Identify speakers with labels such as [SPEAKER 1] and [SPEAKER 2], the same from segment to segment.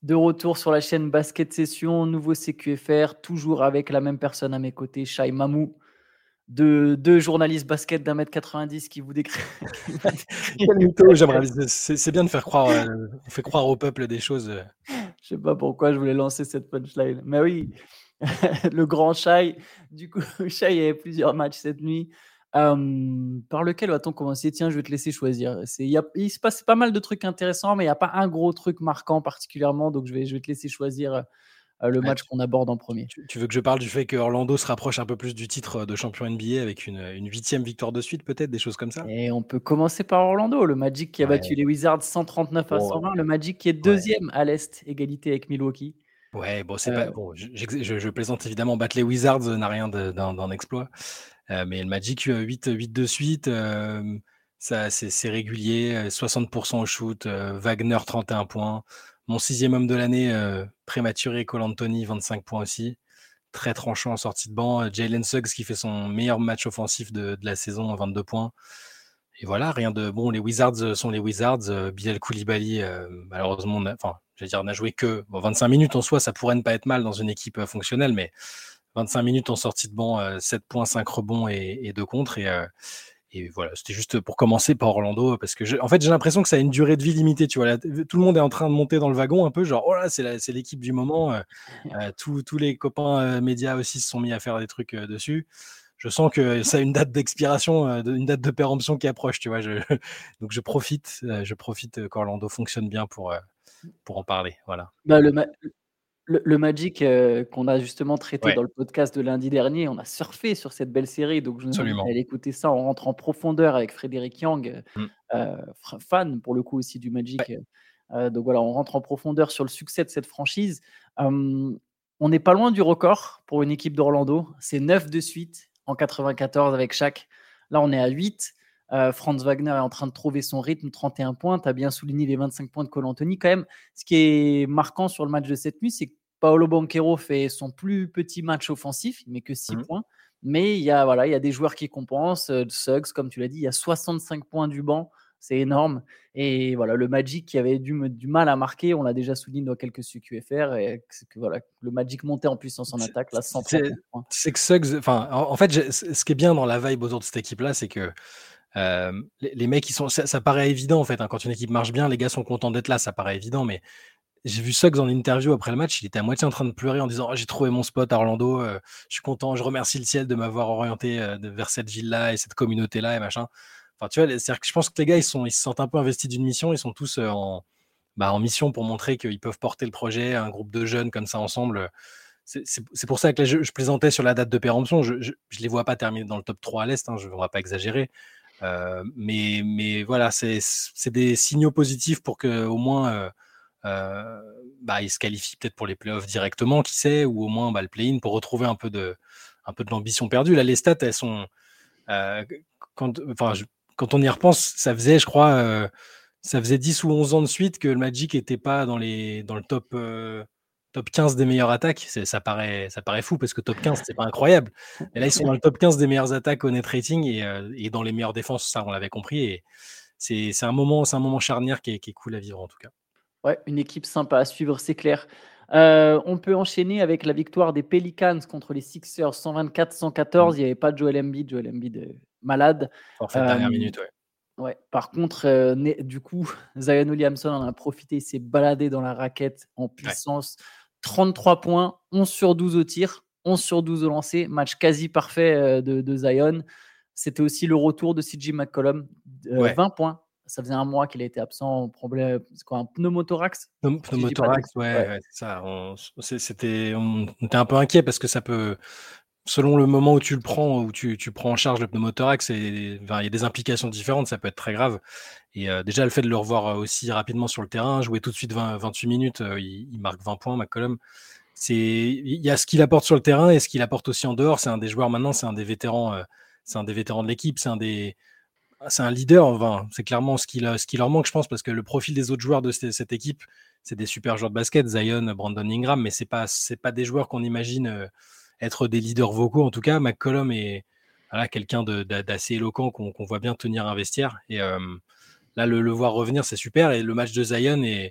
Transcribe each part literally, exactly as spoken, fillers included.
[SPEAKER 1] De retour sur la chaîne Basket Session, nouveau C Q F R, toujours avec la même personne à mes côtés, Shai Mamou, deux, deux journalistes basket d'un mètre quatre-vingt-dix qui vous décrivent.
[SPEAKER 2] Quel mytho, j'aimerais. C'est, c'est bien de faire croire, euh, on fait croire au peuple des choses. euh.
[SPEAKER 1] Je sais pas pourquoi je voulais lancer cette punchline, mais oui, le grand Shai. Du coup, Shai, il y avait plusieurs matchs cette nuit. Euh, par lequel va-t-on commencer? Tiens, je vais te laisser choisir. C'est, il, y a, il se passe pas mal de trucs intéressants, mais il n'y a pas un gros truc marquant particulièrement, donc je vais, je vais te laisser choisir euh, le
[SPEAKER 2] Ouais,
[SPEAKER 1] match
[SPEAKER 2] tu,
[SPEAKER 1] qu'on aborde en premier.
[SPEAKER 2] tu- tu veux que je parle du fait que Orlando se rapproche un peu plus du titre de champion N B A avec une, une huitième victoire de suite, peut-être, des choses comme ça?
[SPEAKER 1] Et on peut commencer par Orlando, le Magic qui a battu
[SPEAKER 2] Ouais.
[SPEAKER 1] les Wizards cent trente-neuf à
[SPEAKER 2] Bon,
[SPEAKER 1] cent vingt, le Magic qui est
[SPEAKER 2] ouais.
[SPEAKER 1] deuxième à l'Est, égalité avec Milwaukee.
[SPEAKER 2] Ouais, bon, c'est
[SPEAKER 1] Euh,
[SPEAKER 2] pas. Bon, je, j'ex- je- je plaisante évidemment. Battre les Wizards euh, n'a rien de- d'un, d'un exploit. Euh, mais le Magic, euh, huit, huit de suite, euh, ça, c'est, c'est régulier. euh, soixante pour cent au shoot. euh, Wagner, trente et un points. Mon sixième homme de l'année, euh, prématuré, Cole Anthony, vingt-cinq points aussi. Très tranchant en sortie de banc. Euh, Jalen Suggs qui fait son meilleur match offensif de, de la saison, vingt-deux points. Et voilà, rien de bon. Les Wizards euh, sont les Wizards. Euh, Bilal Koulibaly, euh, malheureusement, n'a- enfin, je veux dire, n'a joué que bon, vingt-cinq minutes en soi. Ça pourrait ne pas être mal dans une équipe euh, fonctionnelle, mais vingt-cinq minutes en sortie de banc, euh, sept points, cinq rebonds et, et deux contres. Et, euh, et voilà, c'était juste pour commencer par Orlando, parce que je- en fait, j'ai l'impression que ça a une durée de vie limitée. Tu vois, là, tout le monde est en train de monter dans le wagon un peu, genre, oh là, c'est, la- c'est l'équipe du moment. euh, euh, tous, tous les copains euh, médias aussi se sont mis à faire des trucs euh, dessus. Je sens que ça a une date d'expiration, euh, une date de péremption qui approche, tu vois. Je, donc je profite, euh, je profite qu'Orlando fonctionne bien pour, euh, pour en parler. Voilà.
[SPEAKER 1] bah, le, ma- le, le Magic euh, qu'on a justement traité
[SPEAKER 2] Ouais,
[SPEAKER 1] dans le podcast de lundi dernier, on a surfé sur cette belle série, donc je vous invite à
[SPEAKER 2] absolument.
[SPEAKER 1] aller écouter ça. On rentre en profondeur avec Frédéric Yang, euh,
[SPEAKER 2] Mm.
[SPEAKER 1] euh, fra- fan pour le coup aussi du
[SPEAKER 2] Ouais.
[SPEAKER 1] Magic. Euh, donc voilà, on rentre en profondeur sur le succès de cette franchise. Euh, on n'est pas loin du record pour une équipe d'Orlando. C'est neuf de suite en quatre-vingt-quatorze avec chaque. Là, on est à huit. Euh, Franz Wagner est en train de trouver son rythme, trente et un points. Tu as bien souligné les vingt-cinq points de Cole Anthony. Quand même, ce qui est marquant sur le match de cette nuit, c'est que Paolo Banchero fait son plus petit match offensif, il met que six
[SPEAKER 2] Mm.
[SPEAKER 1] points. Mais il y, a, voilà, il y a des joueurs qui compensent. Euh, Suggs, comme tu l'as dit, il y a soixante-cinq points du banc. C'est énorme. Et voilà, le Magic qui avait du, du mal à marquer, on l'a déjà souligné dans quelques C Q F R, et que, que voilà, le Magic montait en puissance en
[SPEAKER 2] C'est,
[SPEAKER 1] attaque, là,
[SPEAKER 2] c'est,
[SPEAKER 1] cent trente points.
[SPEAKER 2] c'est que Suggs, enfin, en, en fait, j'ai- ce qui est bien dans la vibe autour de cette équipe-là, c'est que euh, les, les mecs, ils sont, ça, ça paraît évident en fait. Hein, quand une équipe marche bien, les gars sont contents d'être là, ça paraît évident. Mais j'ai vu Suggs en interview après le match, il était à moitié en train de pleurer en disant oh, j'ai trouvé mon spot à Orlando, euh, je suis content, je remercie le ciel de m'avoir orienté euh, de- vers cette ville-là et cette communauté-là et machin. Enfin, tu vois, c'est-à-dire que je pense que les gars, ils, sont, ils se sentent un peu investis d'une mission, ils sont tous euh, en, bah, en mission pour montrer qu'ils peuvent porter le projet, un groupe de jeunes comme ça ensemble. C'est, c'est, c'est pour ça que là, je, je plaisantais sur la date de péremption. Je ne les vois pas terminer dans le top trois à l'Est, hein, je ne vais pas exagérer. Euh, mais, mais voilà, c'est, c'est des signaux positifs pour qu'au moins euh, euh, bah, ils se qualifient peut-être pour les playoffs directement, qui sait, ou au moins bah, le play-in pour retrouver un peu de, un peu de l'ambition perdue. Là, les stats, elles sont. Euh, quand, enfin, je- quand on y repense, ça faisait, je crois, euh, ça faisait dix ou onze ans de suite que le Magic n'était pas dans, les, dans le top, euh, top quinze des meilleures attaques. C'est, ça, paraît, ça paraît fou parce que top quinze, c'est pas incroyable. Mais là, ils sont dans le top quinze des meilleures attaques au net rating et, euh, et dans les meilleures défenses, ça, on l'avait compris. Et c'est, c'est, un moment, c'est un moment charnière qui est, qui est cool à vivre en tout cas.
[SPEAKER 1] Ouais, une équipe sympa à suivre, c'est clair. Euh, on peut enchaîner avec la victoire des Pelicans contre les Sixers, cent vingt-quatre à cent quatorze.
[SPEAKER 2] Mm.
[SPEAKER 1] Il n'y avait pas de Joel Embiid, Joel Embiid est malade.
[SPEAKER 2] Forfait de
[SPEAKER 1] Euh,
[SPEAKER 2] dernière minute, ouais.
[SPEAKER 1] ouais. Par contre, euh, né- du coup, Zion Williamson en a profité, il s'est baladé dans la raquette en
[SPEAKER 2] Ouais.
[SPEAKER 1] puissance. trente-trois points, onze sur douze au tir, onze sur douze au lancer, match quasi parfait euh, de, de Zion. C'était aussi le retour de C J McCollum, euh,
[SPEAKER 2] Ouais.
[SPEAKER 1] vingt points. Ça faisait un mois qu'il a été absent, problème, c'est quoi, un pneumothorax?
[SPEAKER 2] Pneum-
[SPEAKER 1] Si je dis pas de
[SPEAKER 2] Pneumothorax,
[SPEAKER 1] bêtises.
[SPEAKER 2] ouais,
[SPEAKER 1] Ouais.
[SPEAKER 2] ouais, c'est ça. On, c'est- c'était, on, on était un peu inquiet parce que ça peut, selon le moment où tu le prends, où tu, tu prends en charge le pneumothorax, et, enfin, il y a des implications différentes, ça peut être très grave. Et euh, déjà, le fait de le revoir euh, aussi rapidement sur le terrain, jouer tout de suite vingt, vingt-huit minutes, euh, il, il marque vingt points, McCollum. C'est, il y a ce qu'il apporte sur le terrain et ce qu'il apporte aussi en dehors. C'est un des joueurs maintenant, c'est un des vétérans, euh, c'est un des vétérans de l'équipe, c'est un des, c'est un leader. Enfin, c'est clairement ce qui, ce qui leur manque, je pense, parce que le profil des autres joueurs de cette, cette équipe, c'est des super joueurs de basket, Zion, Brandon Ingram, mais c'est pas, c'est pas des joueurs qu'on imagine euh, être des leaders vocaux. En tout cas, McCollum est voilà, quelqu'un de, d'assez éloquent qu'on, qu'on voit bien tenir un vestiaire. Et euh, là, le, le voir revenir, c'est super. Et le match de Zion est,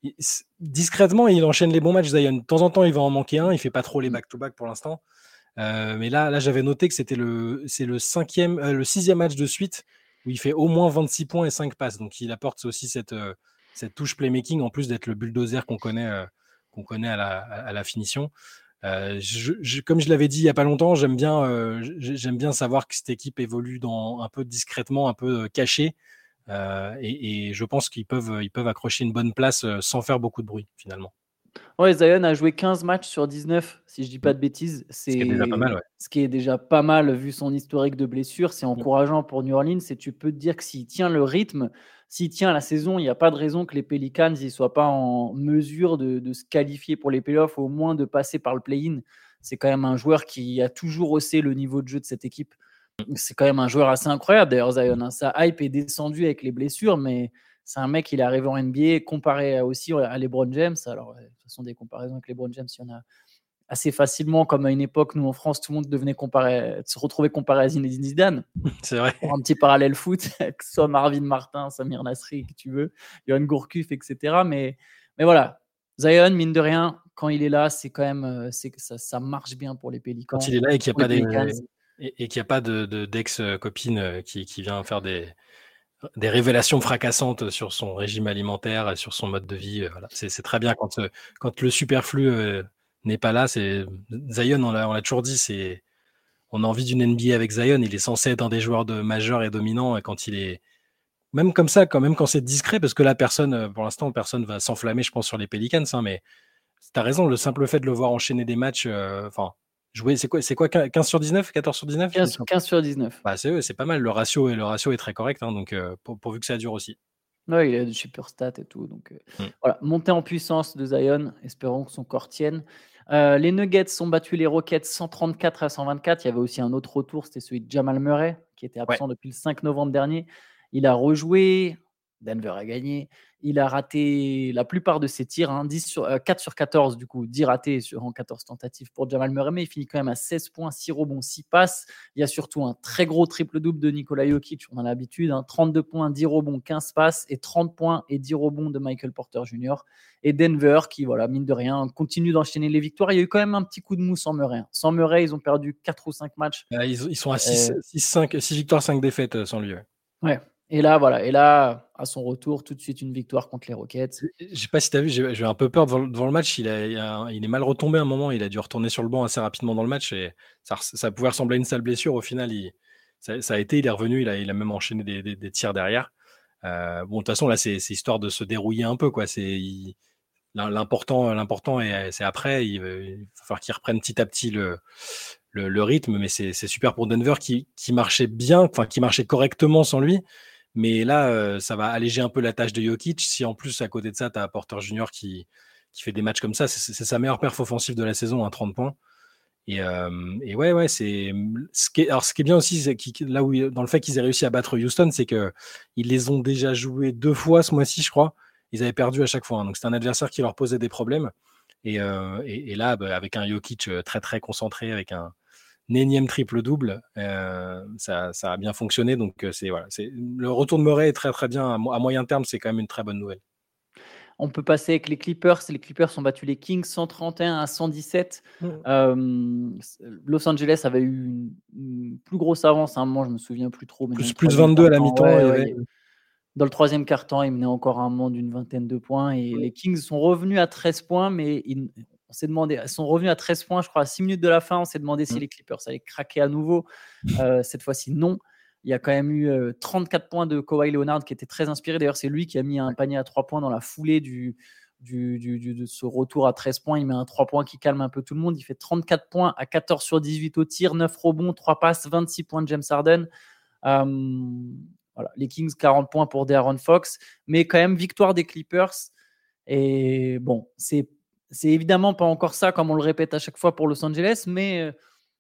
[SPEAKER 2] il, discrètement, il enchaîne les bons matchs, Zion. De temps en temps, il va en manquer un. Il fait pas trop les
[SPEAKER 1] Mm.
[SPEAKER 2] back-to-back pour l'instant. Euh, mais là, là, j'avais noté que c'était le, c'est le cinquième, euh, le sixième match de suite où il fait au moins vingt-six points et cinq passes. Donc, il apporte aussi cette, euh, cette touche playmaking en plus d'être le bulldozer qu'on connaît, euh, qu'on connaît à la, à la finition. Euh, je, je, comme je l'avais dit il y a pas longtemps, j'aime bien, euh, j'aime bien savoir que cette équipe évolue dans un peu discrètement, un peu euh, caché, euh, et, et je pense qu'ils peuvent, ils peuvent accrocher une bonne place euh, sans faire beaucoup de bruit finalement.
[SPEAKER 1] Ouais, Zion a joué quinze matchs sur dix-neuf, si je dis pas de bêtises.
[SPEAKER 2] Ce qui est déjà pas mal,
[SPEAKER 1] C'est
[SPEAKER 2] ouais.
[SPEAKER 1] ce qui est déjà pas mal vu son historique de blessures. C'est
[SPEAKER 2] Mm.
[SPEAKER 1] encourageant pour New Orleans et tu peux te dire que s'il tient le rythme, s'il tient la saison, il n'y a pas de raison que les Pelicans ne soient pas en mesure de, de se qualifier pour les playoffs, au moins de passer par le play-in. C'est quand même un joueur qui a toujours haussé le niveau de jeu de cette équipe. C'est quand même un joueur assez incroyable d'ailleurs, Zion. Hein. Sa hype est descendue avec les blessures, mais c'est un mec, il est arrivé en N B A comparé aussi à LeBron James. Alors, de toute façon, des comparaisons avec LeBron James, il y en a assez facilement, comme à une époque, nous en France, tout le monde devenait comparé, se retrouvait comparé à Zinedine Zidane.
[SPEAKER 2] C'est vrai.
[SPEAKER 1] Pour un petit parallèle foot, que ce soit Marvin Martin, Samir Nasri, que tu veux, Johan Gourcuff, et cetera. Mais, mais voilà, Zion, mine de rien, quand il est là, c'est quand même, c'est, ça, ça marche bien pour les Pélicans.
[SPEAKER 2] Quand il est là et qu'il n'y a pas, des,
[SPEAKER 1] Pelicans.
[SPEAKER 2] et, et qu'il y a pas de, de, d'ex-copine qui, qui vient faire des, des révélations fracassantes sur son régime alimentaire, sur son mode de vie. Voilà. C'est, c'est très bien quand, quand le superflu euh, n'est pas là. C'est... Zion, on l'a, on l'a toujours dit, c'est... on a envie d'une N B A avec Zion. Il est censé être un des joueurs de majeurs et dominants. Et quand il est, même comme ça, quand même quand c'est discret, parce que là, personne, pour l'instant, personne va s'enflammer, je pense, sur les Pelicans. Hein, mais t'as raison, le simple fait de le voir enchaîner des matchs, enfin, euh, jouer, c'est quoi, c'est quoi, quinze sur dix-neuf, quatorze sur dix-neuf
[SPEAKER 1] quinze, quinze sur dix-neuf.
[SPEAKER 2] Bah, c'est, c'est pas mal. Le ratio, le ratio est très correct, hein, donc euh, pour, pourvu que ça dure aussi.
[SPEAKER 1] Ouais, il a de super stats et tout. Donc, euh, mm. voilà, montée en puissance de Zion. Espérons que son corps tienne. Euh, les Nuggets ont battu les Rockets cent trente-quatre à cent vingt-quatre. Il y avait aussi un autre retour, c'était celui de Jamal Murray, qui était absent ouais. depuis le cinq novembre dernier. Il a rejoué. Denver a gagné. Il a raté la plupart de ses tirs, hein, dix sur, euh, quatre sur quatorze, du coup, dix ratés sur, en quatorze tentatives pour Jamal Murray, mais il finit quand même à seize points, six rebonds, six passes. Il y a surtout un très gros triple-double de Nikola Jokic, on a l'habitude, hein, trente-deux points, dix rebonds, quinze passes, et trente points et dix rebonds de Michael Porter Junior Et Denver, qui, voilà, mine de rien, continue d'enchaîner les victoires. Il y a eu quand même un petit coup de mou sans Murray. Hein. Sans Murray, ils ont perdu quatre ou cinq matchs.
[SPEAKER 2] Euh, ils, ils sont à six, euh, six, cinq, six victoires, cinq défaites sans lui. Ouais.
[SPEAKER 1] ouais. Et là, voilà. Et là, à son retour, tout de suite une victoire contre les Rockets.
[SPEAKER 2] Je sais pas si tu as vu, j'ai, j'ai eu un peu peur devant, devant le match. Il, a, il, a, il est mal retombé à un moment. Il a dû retourner sur le banc assez rapidement dans le match. Et ça, ça pouvait ressembler à une sale blessure. Au final, il, ça, ça a été. Il est revenu. Il a, il a même enchaîné des, des, des tirs derrière. Euh, bon, de toute façon, là, c'est, c'est histoire de se dérouiller un peu, quoi. C'est il, l'important, l'important, et c'est après. Il, il va falloir qu'il reprenne petit à petit le, le, le rythme. Mais c'est, c'est super pour Denver qui, qui marchait bien, enfin, qui marchait correctement sans lui. Mais là, euh, ça va alléger un peu la tâche de Jokic. Si en plus, à côté de ça, tu as Porter Junior qui, qui fait des matchs comme ça, c'est, c'est sa meilleure perf offensive de la saison, à hein, trente points. Et, euh, et ouais, ouais, c'est ce qui est, alors ce qui est bien aussi, c'est qu'il, là où dans le fait qu'ils aient réussi à battre Houston, c'est que ils les ont déjà joués deux fois ce mois-ci, je crois. Ils avaient perdu à chaque fois, hein. Donc c'est un adversaire qui leur posait des problèmes. Et, euh, et, et là, bah, avec un Jokic très très concentré, avec un énième triple-double, euh, ça, ça a bien fonctionné. Donc, c'est, voilà, c'est, le retour de Murray est très, très bien. À, mo- à moyen terme, c'est quand même une très bonne nouvelle.
[SPEAKER 1] On peut passer avec les Clippers. Les Clippers ont battu les Kings cent trente et un à cent dix-sept. Mmh. Euh, Los Angeles avait eu une, une plus grosse avance à un moment, je ne me souviens plus trop. Mais
[SPEAKER 2] plus, plus vingt-deux à la mi-temps.
[SPEAKER 1] Ouais,
[SPEAKER 2] il y
[SPEAKER 1] ouais,
[SPEAKER 2] avait...
[SPEAKER 1] Dans le troisième quart-temps, ils menaient encore un moment d'une vingtaine de points. Et ouais. Les Kings sont revenus à treize points, mais ils, on s'est demandé, ils sont revenus à treize points, je crois, à six minutes de la fin. On s'est demandé si mmh. les Clippers allaient craquer à nouveau. Euh, cette fois-ci, non. Il y a quand même eu euh, trente-quatre points de Kawhi Leonard qui était très inspiré. D'ailleurs, c'est lui qui a mis un panier à trois points dans la foulée du, du, du, du, de ce retour à treize points. Il met un trois points qui calme un peu tout le monde. Il fait trente-quatre points à quatorze sur dix-huit au tir, neuf rebonds, trois passes, vingt-six points de James Harden. Euh, voilà. Les Kings, quarante points pour De'Aaron Fox. Mais quand même, victoire des Clippers. Et bon, c'est, c'est évidemment pas encore ça, comme on le répète à chaque fois pour Los Angeles, mais... Euh,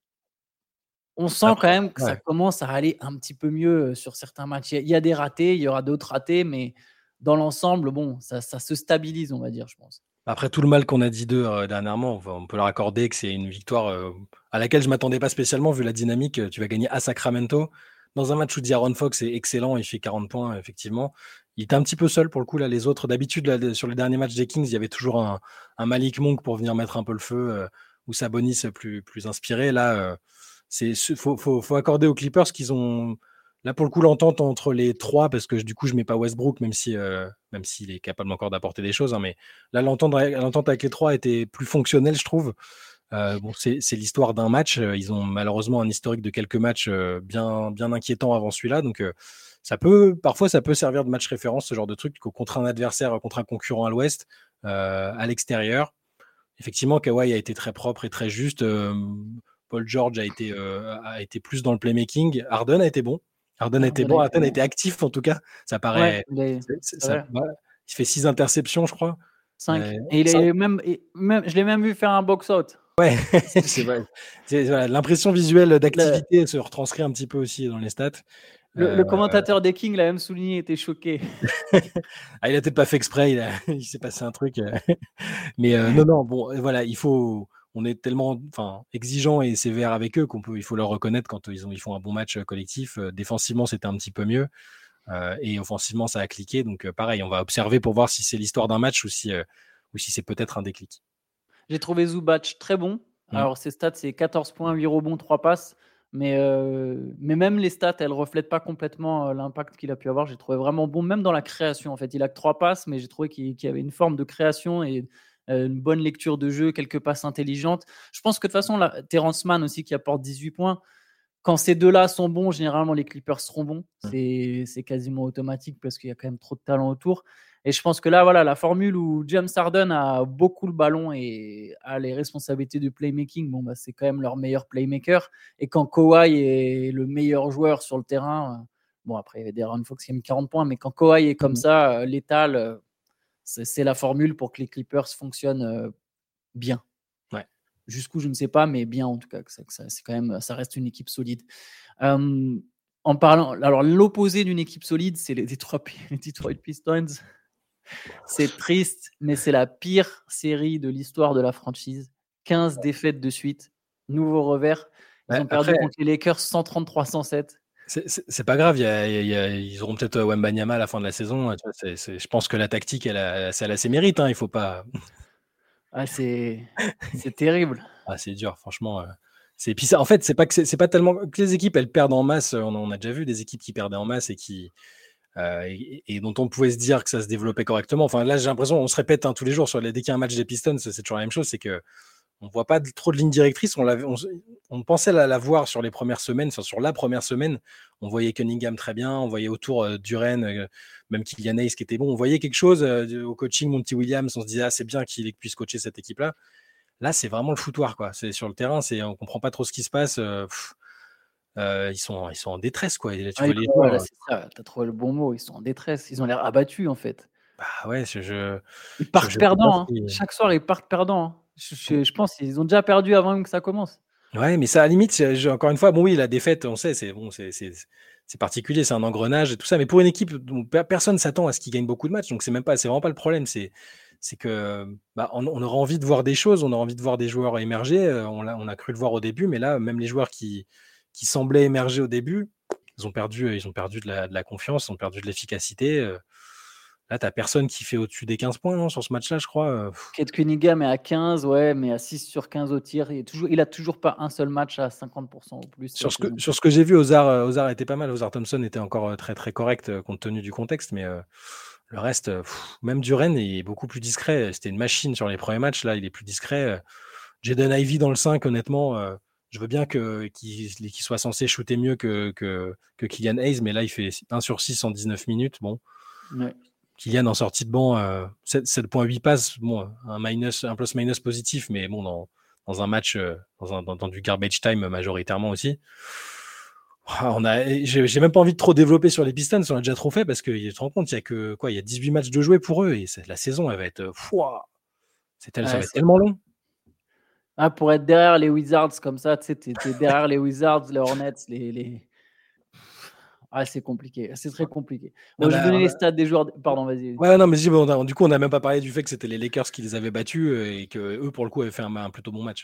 [SPEAKER 1] on sent Après, quand même que ouais. ça commence à aller un petit peu mieux sur certains matchs. Il y a des ratés, il y aura d'autres ratés, mais dans l'ensemble, bon, ça, ça se stabilise, on va dire, je pense.
[SPEAKER 2] Après tout le mal qu'on a dit d'eux euh, dernièrement, on peut leur accorder que c'est une victoire euh, à laquelle je ne m'attendais pas spécialement, vu la dynamique. Tu vas gagner à Sacramento, dans un match où De'Aaron Fox est excellent, il fait quarante points, effectivement. Il était un petit peu seul pour le coup, là, les autres. D'habitude, là, sur les derniers matchs des Kings, il y avait toujours un, un Malik Monk pour venir mettre un peu le feu, euh, ou Sabonis plus, plus inspiré. Là, euh, c'est faut, faut, faut accorder aux Clippers qu'ils ont. Là, pour le coup, l'entente entre les trois, parce que du coup, je mets pas Westbrook, même si, euh, même s'il est capable encore d'apporter des choses, hein, mais là, l'entente, l'entente avec les trois était plus fonctionnelle, je trouve. Euh, bon, c'est, c'est l'histoire d'un match. Ils ont malheureusement un historique de quelques matchs euh, bien, bien inquiétants avant celui-là, donc euh, ça peut, parfois, ça peut servir de match référence, ce genre de truc, contre un adversaire, contre un concurrent à l'Ouest, euh, à l'extérieur. Effectivement, Kawhi a été très propre et très juste. Euh, Paul George a été, euh, a été plus dans le playmaking. Harden a été bon. Harden a été bon. Harden a été actif, en tout cas. Ça paraît.
[SPEAKER 1] Ouais, les...
[SPEAKER 2] c'est, c'est, ça, ouais, il fait six interceptions, je crois.
[SPEAKER 1] cinq. Euh, et il est même, et même, je l'ai même vu faire un box-out.
[SPEAKER 2] Ouais, c'est vrai. C'est, voilà, l'impression visuelle d'activité le... se retranscrit un petit peu aussi dans les stats.
[SPEAKER 1] Le, euh, le commentateur des Kings l'a même souligné, était choqué.
[SPEAKER 2] Ah, il a peut-être pas fait exprès, il, a, il s'est passé un truc. Mais euh, non, non, bon, voilà, il faut. On est tellement, enfin, exigeant et sévère avec eux qu'on peut, il faut leur reconnaître quand ils ont, ils font un bon match collectif. Euh, défensivement, c'était un petit peu mieux, euh, et offensivement, ça a cliqué. Donc, euh, pareil, on va observer pour voir si c'est l'histoire d'un match ou si, euh, ou si c'est peut-être un déclic.
[SPEAKER 1] J'ai trouvé Zubac très bon. Mmh. Alors, ses stats, c'est quatorze points, huit rebonds, trois passes. Mais, euh, mais même les stats, elles ne reflètent pas complètement euh, l'impact qu'il a pu avoir. J'ai trouvé vraiment bon, même dans la création. En fait, il a que trois passes, mais j'ai trouvé qu'il, qu'il y avait une forme de création et euh, une bonne lecture de jeu, quelques passes intelligentes. Je pense que de toute façon, là, Terrence Mann aussi qui apporte dix-huit points. Quand ces deux-là sont bons, généralement, les Clippers seront bons. C'est, c'est quasiment automatique parce qu'il y a quand même trop de talent autour. Et je pense que là, voilà, la formule où James Harden a beaucoup le ballon et a les responsabilités du playmaking, bon, bah, c'est quand même leur meilleur playmaker. Et quand Kawhi est le meilleur joueur sur le terrain, bon, après, il y avait De'Aaron Fox qui a mis quarante points, mais quand Kawhi est comme mmh. ça, létal, c'est, c'est la formule pour que les Clippers fonctionnent bien.
[SPEAKER 2] Ouais.
[SPEAKER 1] Jusqu'où, je ne sais pas, mais bien en tout cas. Que ça, que ça, c'est quand même, ça reste une équipe solide. Euh, en parlant, alors l'opposé d'une équipe solide, c'est les Detroit, les Detroit Pistons. C'est triste, mais c'est la pire série de l'histoire de la franchise. quinze défaites de suite, nouveau revers. Ils ouais, ont perdu après, contre les Lakers cent trente-trois à cent sept.
[SPEAKER 2] C'est, c'est, c'est pas grave, il y a, il y a, ils auront peut-être Wembanyama à la fin de la saison. Tu vois, c'est, c'est, je pense que la tactique, elle a, elle a ses mérites. Hein, il faut pas.
[SPEAKER 1] Ah, c'est, c'est terrible.
[SPEAKER 2] Ah, c'est dur, franchement. Euh, c'est, puis ça, en fait, c'est pas que c'est, c'est pas tellement que les équipes elles perdent en masse. On, on a déjà vu des équipes qui perdaient en masse et qui euh, et, et dont on pouvait se dire que ça se développait correctement. Enfin, là, j'ai l'impression, on se répète hein, tous les jours sur les, dès qu'il y a un match des Pistons, c'est toujours la même chose, c'est que on voit pas de, trop de lignes directrices. On, l'avait, on, on pensait la, la voir sur les premières semaines, enfin, sur la première semaine. On voyait Cunningham très bien, on voyait autour euh, Duren, euh, même Killian Hayes qui était bon. On voyait quelque chose euh, au coaching Monty Williams. On se disait ah c'est bien qu'il puisse coacher cette équipe-là. Là, c'est vraiment le foutoir, quoi. C'est sur le terrain, c'est on comprend pas trop ce qui se passe. Euh, euh, ils sont, ils sont en détresse, quoi. Et là, tu
[SPEAKER 1] ouais,
[SPEAKER 2] vois les
[SPEAKER 1] voilà, c'est ça. T'as trouvé le bon mot. Ils sont en détresse. Ils ont l'air abattus, en fait.
[SPEAKER 2] Bah ouais, je. je
[SPEAKER 1] ils partent
[SPEAKER 2] je, je
[SPEAKER 1] perdants. Hein.
[SPEAKER 2] Si...
[SPEAKER 1] Chaque soir, ils partent perdants. Hein. Je, je, je pense qu'ils ont déjà perdu avant même que ça commence.
[SPEAKER 2] Ouais, mais ça, à la limite, je, encore une fois, bon, oui, la défaite, on sait, c'est bon, c'est, c'est, c'est particulier, c'est un engrenage et tout ça. Mais pour une équipe dont personne s'attend à ce qu'ils gagnent beaucoup de matchs, donc c'est même pas, c'est vraiment pas le problème. C'est, c'est que, bah, on, on aura envie de voir des choses, on aura envie de voir des joueurs émerger. On a, on a cru le voir au début, mais là, même les joueurs qui, qui semblaient émerger au début, ils ont perdu, ils ont perdu de la, de la confiance, ils ont perdu de l'efficacité. Là, t'as personne qui fait au-dessus des quinze points non, sur ce match-là, je crois.
[SPEAKER 1] Kate Cunningham est à quinze, ouais, mais à six sur quinze au tir. Il, est toujours, il a toujours pas un seul match à cinquante pour cent ou plus.
[SPEAKER 2] Sur ce, que, sur ce que j'ai vu, Ozar, Ozar était pas mal. Ozar Thompson était encore très très correct compte tenu du contexte, mais euh, le reste, pff, même Duren est beaucoup plus discret. C'était une machine sur les premiers matchs. Là, il est plus discret. Jaden Ivey dans le cinq, honnêtement, euh, je veux bien que, qu'il, qu'il soit censé shooter mieux que, que, que Killian Hayes, mais là, il fait un sur six en dix-neuf minutes. Bon.
[SPEAKER 1] Ouais.
[SPEAKER 2] Kylian en sortie de banc, euh, sept virgule huit passes, bon, un minus, un plus minus positif, mais bon, dans, dans un match, euh, dans, un, dans, dans du garbage time majoritairement aussi. On a, j'ai, j'ai même pas envie de trop développer sur les Pistons, on a déjà trop fait parce que tu te rends compte, il y a que quoi, il y a dix-huit matchs de jouer pour eux et la saison, elle va être, fouah, c'est tel, ouais, ça va être tellement long.
[SPEAKER 1] Ah, pour être derrière les Wizards comme ça, tu sais, t'es, t'es derrière les Wizards, les Hornets, les, les... Ah, c'est compliqué, c'est très compliqué. Bon, je vais donner les stats des joueurs. Pardon, vas-y.
[SPEAKER 2] Ouais, non, mais dis, bon, du coup, on n'a même pas parlé du fait que c'était les Lakers qui les avaient battus et que eux, pour le coup, avaient fait un, un plutôt bon match.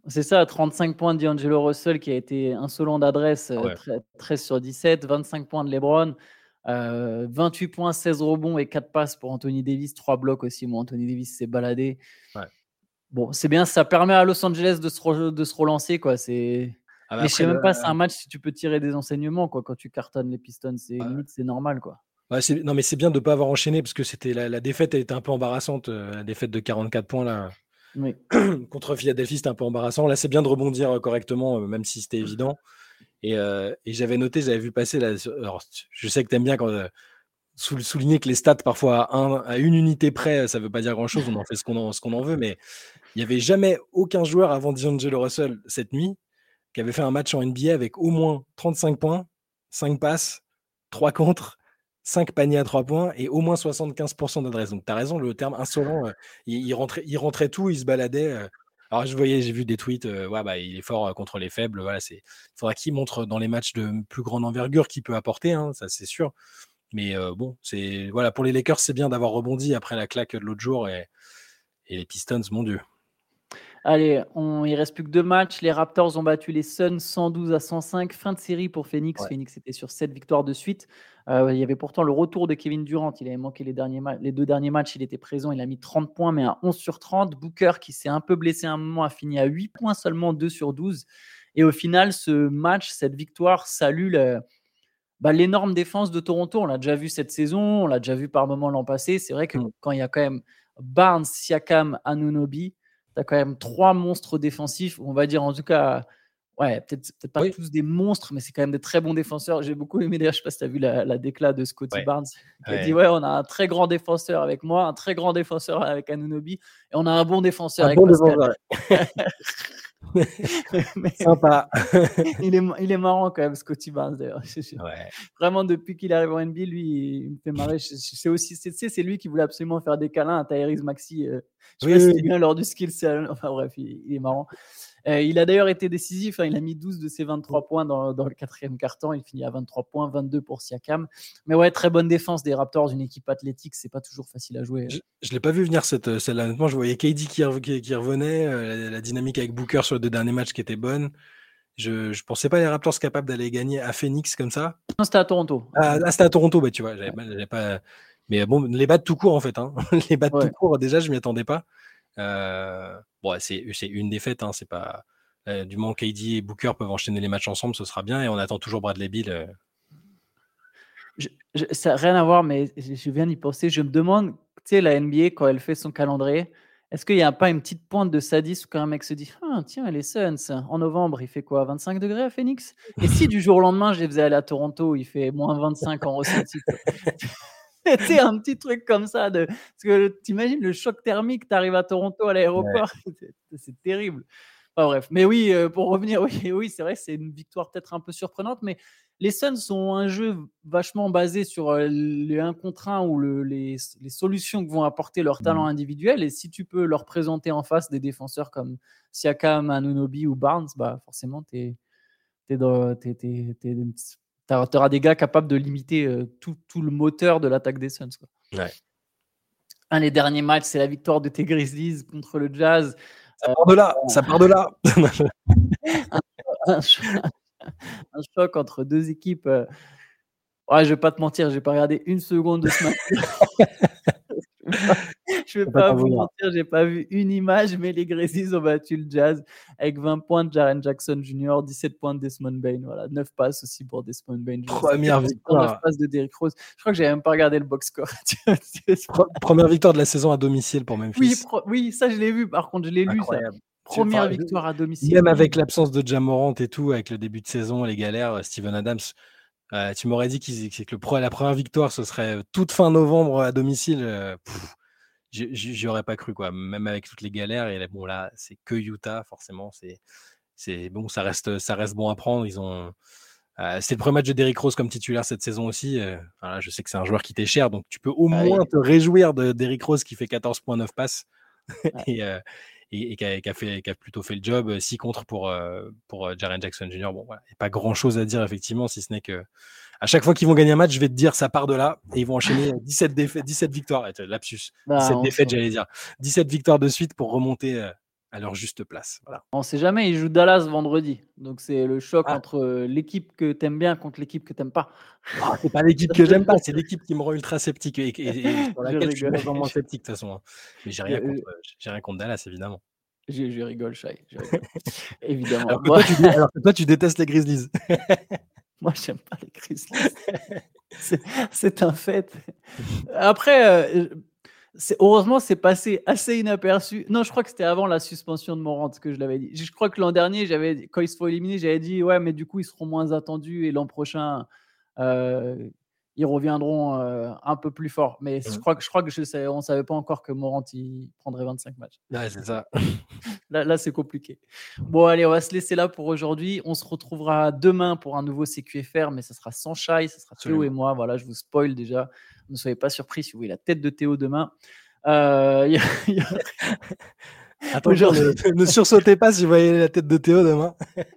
[SPEAKER 1] C'est ça, trente-cinq points de D'Angelo Russell qui a été insolent d'adresse,
[SPEAKER 2] Ah
[SPEAKER 1] euh,
[SPEAKER 2] ouais.
[SPEAKER 1] tre- treize sur dix-sept, vingt-cinq points de LeBron, euh, vingt-huit points, seize rebonds et quatre passes pour Anthony Davis, trois blocs aussi. Moi, Anthony Davis s'est baladé.
[SPEAKER 2] Ouais.
[SPEAKER 1] Bon, c'est bien, ça permet à Los Angeles de se, re- de se relancer, quoi. C'est...
[SPEAKER 2] Ah, mais
[SPEAKER 1] Mais je
[SPEAKER 2] après,
[SPEAKER 1] sais
[SPEAKER 2] le,
[SPEAKER 1] même pas, c'est un match si tu peux tirer des enseignements, quoi, quand tu cartonnes les Pistons. C'est
[SPEAKER 2] euh,
[SPEAKER 1] limite, c'est normal, quoi.
[SPEAKER 2] ouais, c'est- non, mais c'est bien de ne pas avoir enchaîné parce que c'était la, la défaite, elle était un peu embarrassante. euh, La défaite de quarante-quatre points là,
[SPEAKER 1] Oui.
[SPEAKER 2] contre Philadelphie, c'était un peu embarrassant. Là, c'est bien de rebondir euh, correctement, euh, même si c'était évident. Et, euh, et j'avais noté, j'avais vu passer là. sur- Alors, je sais que tu aimes bien quand, euh, sou- souligner que les stats, parfois à, un- à une unité près, ça ne veut pas dire grand-chose. On en fait ce qu'on en, ce qu'on en veut. Mais il n'y avait jamais aucun joueur avant D'Angelo Russell cette nuit qui avait fait un match en N B A avec au moins trente-cinq points, cinq passes, trois contre, cinq paniers à trois points et au moins soixante-quinze pour cent d'adresse. Donc, tu as raison, le terme insolent, euh, il, il rentrait, il rentrait tout, il se baladait. euh. Alors, je voyais, j'ai vu des tweets, euh, ouais, bah, il est fort euh, contre les faibles. Voilà, c'est, il faudra qu'il montre dans les matchs de plus grande envergure qu'il peut apporter, hein, ça c'est sûr. Mais euh, bon, c'est voilà, pour les Lakers, c'est bien d'avoir rebondi après la claque de l'autre jour et, et les Pistons, mon Dieu.
[SPEAKER 1] Allez, on, il reste plus que deux matchs. Les Raptors ont battu les Suns cent douze à cent cinq. Fin de série pour Phoenix.
[SPEAKER 2] Ouais.
[SPEAKER 1] Phoenix était sur sept victoires de suite. Euh, il y avait pourtant le retour de Kevin Durant. Il avait manqué les, derniers ma- les deux derniers matchs. Il était présent. Il a mis trente points, mais à onze sur trente. Booker, qui s'est un peu blessé à un moment, a fini à huit points seulement, deux sur douze. Et au final, ce match, cette victoire, salue le, bah, l'énorme défense de Toronto. On l'a déjà vu cette saison. On l'a déjà vu par moments l'an passé. C'est vrai que
[SPEAKER 2] Mm.
[SPEAKER 1] quand il y a quand même Barnes, Siakam, Anunoby, tu as quand même trois monstres défensifs. On va dire en tout cas, ouais, peut-être peut pas
[SPEAKER 2] Oui.
[SPEAKER 1] tous des monstres, mais c'est quand même des très bons défenseurs. J'ai beaucoup aimé d'ailleurs, je ne sais pas si tu as vu la, la déclat de Scotty
[SPEAKER 2] Ouais.
[SPEAKER 1] Barnes qui
[SPEAKER 2] Ouais.
[SPEAKER 1] a dit ouais, on a un très grand défenseur avec moi, un très grand défenseur avec Anunoby, et on a un bon défenseur
[SPEAKER 2] Un
[SPEAKER 1] avec
[SPEAKER 2] bon
[SPEAKER 1] Pascal.
[SPEAKER 2] défenseur.
[SPEAKER 1] Mais
[SPEAKER 2] Sympa.
[SPEAKER 1] il, est, il est marrant quand même, Scotty Barnes d'ailleurs.
[SPEAKER 2] Ouais.
[SPEAKER 1] Vraiment, depuis qu'il arrive en N B A, lui, il me fait marrer. C'est aussi, c'est, c'est lui qui voulait absolument faire des câlins à Tyrese Maxey. Euh, je sais
[SPEAKER 2] Oui,
[SPEAKER 1] pas si
[SPEAKER 2] oui,
[SPEAKER 1] c'était
[SPEAKER 2] oui.
[SPEAKER 1] bien lors du skill challenge. Enfin bref, il, il est marrant. Euh, il a d'ailleurs été décisif. Hein, il a mis douze de ses vingt-trois points dans, dans le quatrième quart-temps. Il finit à vingt-trois points, vingt-deux pour Siakam. Mais ouais, très bonne défense des Raptors, une équipe athlétique. C'est pas toujours facile à jouer.
[SPEAKER 2] Je ne l'ai pas vu venir cette, celle-là. Honnêtement, je voyais K D qui, qui, qui revenait, euh, la, la dynamique avec Booker sur les deux derniers matchs qui était bonne. Je ne pensais pas les Raptors capables d'aller gagner à Phoenix comme ça.
[SPEAKER 1] Non, c'était à Toronto.
[SPEAKER 2] Ah, ah, c'était à Toronto, bah, tu vois. J'avais,
[SPEAKER 1] Ouais.
[SPEAKER 2] j'avais pas... Mais bon, les battre tout court, en fait. Hein. Les battre
[SPEAKER 1] Ouais.
[SPEAKER 2] tout court, déjà, je ne m'y attendais pas. Euh... Bon, c'est, c'est une défaite. Hein, c'est pas... Euh, du moment que K D et Booker peuvent enchaîner les matchs ensemble, ce sera bien. Et on attend toujours Bradley Beal. Euh...
[SPEAKER 1] Je, je, ça n'a rien à voir, mais je, je viens d'y penser. Je me demande, tu sais, la N B A, quand elle fait son calendrier, est-ce qu'il n'y a pas une petite pointe de sadisme quand un mec se dit ah, tiens, les Suns, en novembre, il fait quoi, vingt-cinq degrés à Phoenix? Et si du jour au lendemain, je les faisais aller à Toronto, il fait moins vingt-cinq en ressenti, quoi. C'était un petit truc comme ça. De... Parce que t'imagines le choc thermique, tu arrives à Toronto à l'aéroport, ouais. c'est, c'est terrible. Enfin, bref, mais oui, euh, pour revenir, oui, oui c'est vrai que c'est une victoire peut-être un peu surprenante, mais les Suns sont un jeu vachement basé sur euh, les un contre un ou le, les, les solutions que vont apporter leur talent
[SPEAKER 2] Mmh.
[SPEAKER 1] individuel. Et si tu peux leur présenter en face des défenseurs comme Siakam, Anunoby ou Barnes, bah forcément, tu auras des gars capables de limiter euh, tout, tout le moteur de l'attaque des Suns, quoi.
[SPEAKER 2] Ouais.
[SPEAKER 1] Un des derniers matchs, c'est la victoire de tes Grizzlies contre le Jazz.
[SPEAKER 2] Ça part de là, euh, ça part de là.
[SPEAKER 1] un, un, un choc entre deux équipes. Euh... Ouais, je vais pas te mentir, j'ai pas regardé une seconde de ce match. Je vais pas, pas vous mentir, j'ai pas vu une image, mais les Grizzlies ont battu le Jazz avec vingt points de Jaren Jackson Junior, dix-sept points de Desmond Bane, voilà, neuf passes aussi pour Desmond Bane.
[SPEAKER 2] Première victoire.
[SPEAKER 1] neuf passes de Derrick Rose. Je crois que j'ai même pas regardé le box score.
[SPEAKER 2] Première victoire de la saison à domicile pour Memphis.
[SPEAKER 1] Oui, pro- oui, ça je l'ai vu. Par contre, je l'ai lu ça. Première enfin, victoire à domicile.
[SPEAKER 2] Même avec l'absence de Ja Morant et tout, avec le début de saison, les galères, Steven Adams, euh, tu m'aurais dit qu'ils, que le pro, la première victoire, ce serait toute fin novembre à domicile. Euh, j'y aurais pas cru, quoi. Même avec toutes les galères. Et là, bon, là, c'est que Utah, forcément. C'est, c'est bon, ça reste, ça reste bon à prendre. Ils ont. Euh, c'est le premier match de Derrick Rose comme titulaire cette saison aussi. Euh, voilà, je sais que c'est un joueur qui t'est cher, donc tu peux au ah, moins et... te réjouir de Derrick Rose qui fait quatorze virgule neuf passes ouais. et, euh, et, et qui, a, qui, a fait, qui a plutôt fait le job. six contre pour, euh, pour Jaren Jackson Junior Bon, voilà, il n'y a pas grand-chose à dire effectivement, si ce n'est que à chaque fois qu'ils vont gagner un match, je vais te dire ça part de là et ils vont enchaîner dix-sept, défaites, dix-sept victoires. Lapsus. Bah, dix-sept défaites, j'allais dire. dix-sept victoires de suite pour remonter. Euh, à leur juste place. Voilà.
[SPEAKER 1] On sait jamais, ils jouent Dallas vendredi. Donc c'est le choc
[SPEAKER 2] Ah.
[SPEAKER 1] entre, heu, l'équipe que tu aimes bien contre l'équipe que tu aimes pas.
[SPEAKER 2] Ah, c'est pas l'équipe que j'aime pas, c'est l'équipe qui me rend ultra sceptique et et et sur
[SPEAKER 1] Je
[SPEAKER 2] laquelle je suis de
[SPEAKER 1] rigole.
[SPEAKER 2] moins en moins sceptique de toute façon, hein. Mais j'ai
[SPEAKER 1] Je
[SPEAKER 2] rien contre,
[SPEAKER 1] je
[SPEAKER 2] heu, j'ai rien contre Dallas évidemment.
[SPEAKER 1] je je rigole Shai, je rigole. Évidemment.
[SPEAKER 2] Alors que
[SPEAKER 1] Bon
[SPEAKER 2] toi tu dé alors que toi tu détestes les Grizzlies.
[SPEAKER 1] moi j'aime pas les Grizzlies. C'est c'est un fait. Après, heu, c'est heureusement c'est passé assez inaperçu. Non, je crois que c'était avant la suspension de Morant que je l'avais dit. Je crois que l'an dernier, j'avais quand ils se font éliminer, j'avais dit: «Ouais, mais du coup, ils seront moins attendus et l'an prochain, heu, ils reviendront, heu, un peu plus forts». Mais je
[SPEAKER 2] Mmh.
[SPEAKER 1] crois que je crois que je savais on savait pas encore que Morant, il prendrait vingt-cinq matchs.
[SPEAKER 2] Ouais, c'est ça.
[SPEAKER 1] Là là, c'est compliqué. Bon, allez, on va se laisser là pour aujourd'hui. On se retrouvera demain pour un nouveau C Q F R, mais ça sera sans Shai, ça sera Théo et
[SPEAKER 2] Absolument.
[SPEAKER 1] moi. Voilà, je vous spoil déjà. Ne soyez pas surpris si vous voyez la tête de Théo demain. Heu, il y a il y a
[SPEAKER 2] Attention,
[SPEAKER 1] aujourd'hui
[SPEAKER 2] ne ne sursautez pas si vous voyez la tête de Théo demain.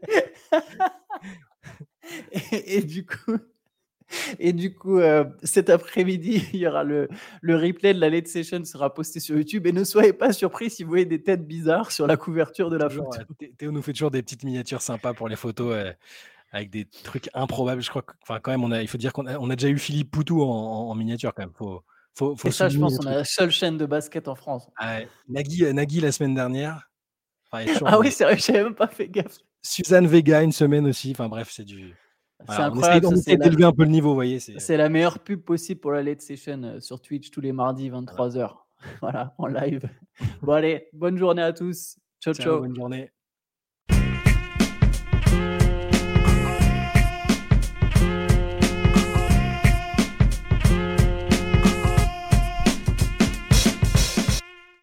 [SPEAKER 1] et et du coup et du coup, heu, cet après-midi, il y aura le le replay de la late session sera posté sur YouTube et ne soyez pas surpris si vous voyez des têtes bizarres sur la couverture de la
[SPEAKER 2] Toujours,
[SPEAKER 1] photo.
[SPEAKER 2] heu, Thé Théo nous fait toujours des petites miniatures sympas pour les photos, heu, avec des trucs improbables. Je crois que enfin quand même on a il faut dire qu'on a on a déjà eu Philippe Poutou en en en miniature quand même. Faut faut faut
[SPEAKER 1] Et ça, je
[SPEAKER 2] souligner
[SPEAKER 1] pense,
[SPEAKER 2] le
[SPEAKER 1] on a
[SPEAKER 2] truc.
[SPEAKER 1] la seule chaîne de basket en France.
[SPEAKER 2] Ah ouais, Nagui, heu, Nagui la semaine dernière, enfin il y a toujours
[SPEAKER 1] Ah oui,
[SPEAKER 2] des
[SPEAKER 1] c'est vrai, j'avais même pas fait gaffe.
[SPEAKER 2] Suzanne Vega une semaine aussi, enfin bref, c'est du
[SPEAKER 1] C'est
[SPEAKER 2] voilà, on essaye
[SPEAKER 1] incroyable, ça,
[SPEAKER 2] on
[SPEAKER 1] c'est
[SPEAKER 2] essaye
[SPEAKER 1] la
[SPEAKER 2] d'élever un peu le niveau, vous voyez? C'est
[SPEAKER 1] c'est la meilleure pub possible pour la late session, heu, sur Twitch tous les mardis
[SPEAKER 2] voilà.
[SPEAKER 1] vingt-trois heures. Voilà, en live. Bon allez, bonne journée à tous. Ciao,
[SPEAKER 2] Ciao,
[SPEAKER 1] ciao.
[SPEAKER 2] bonne journée.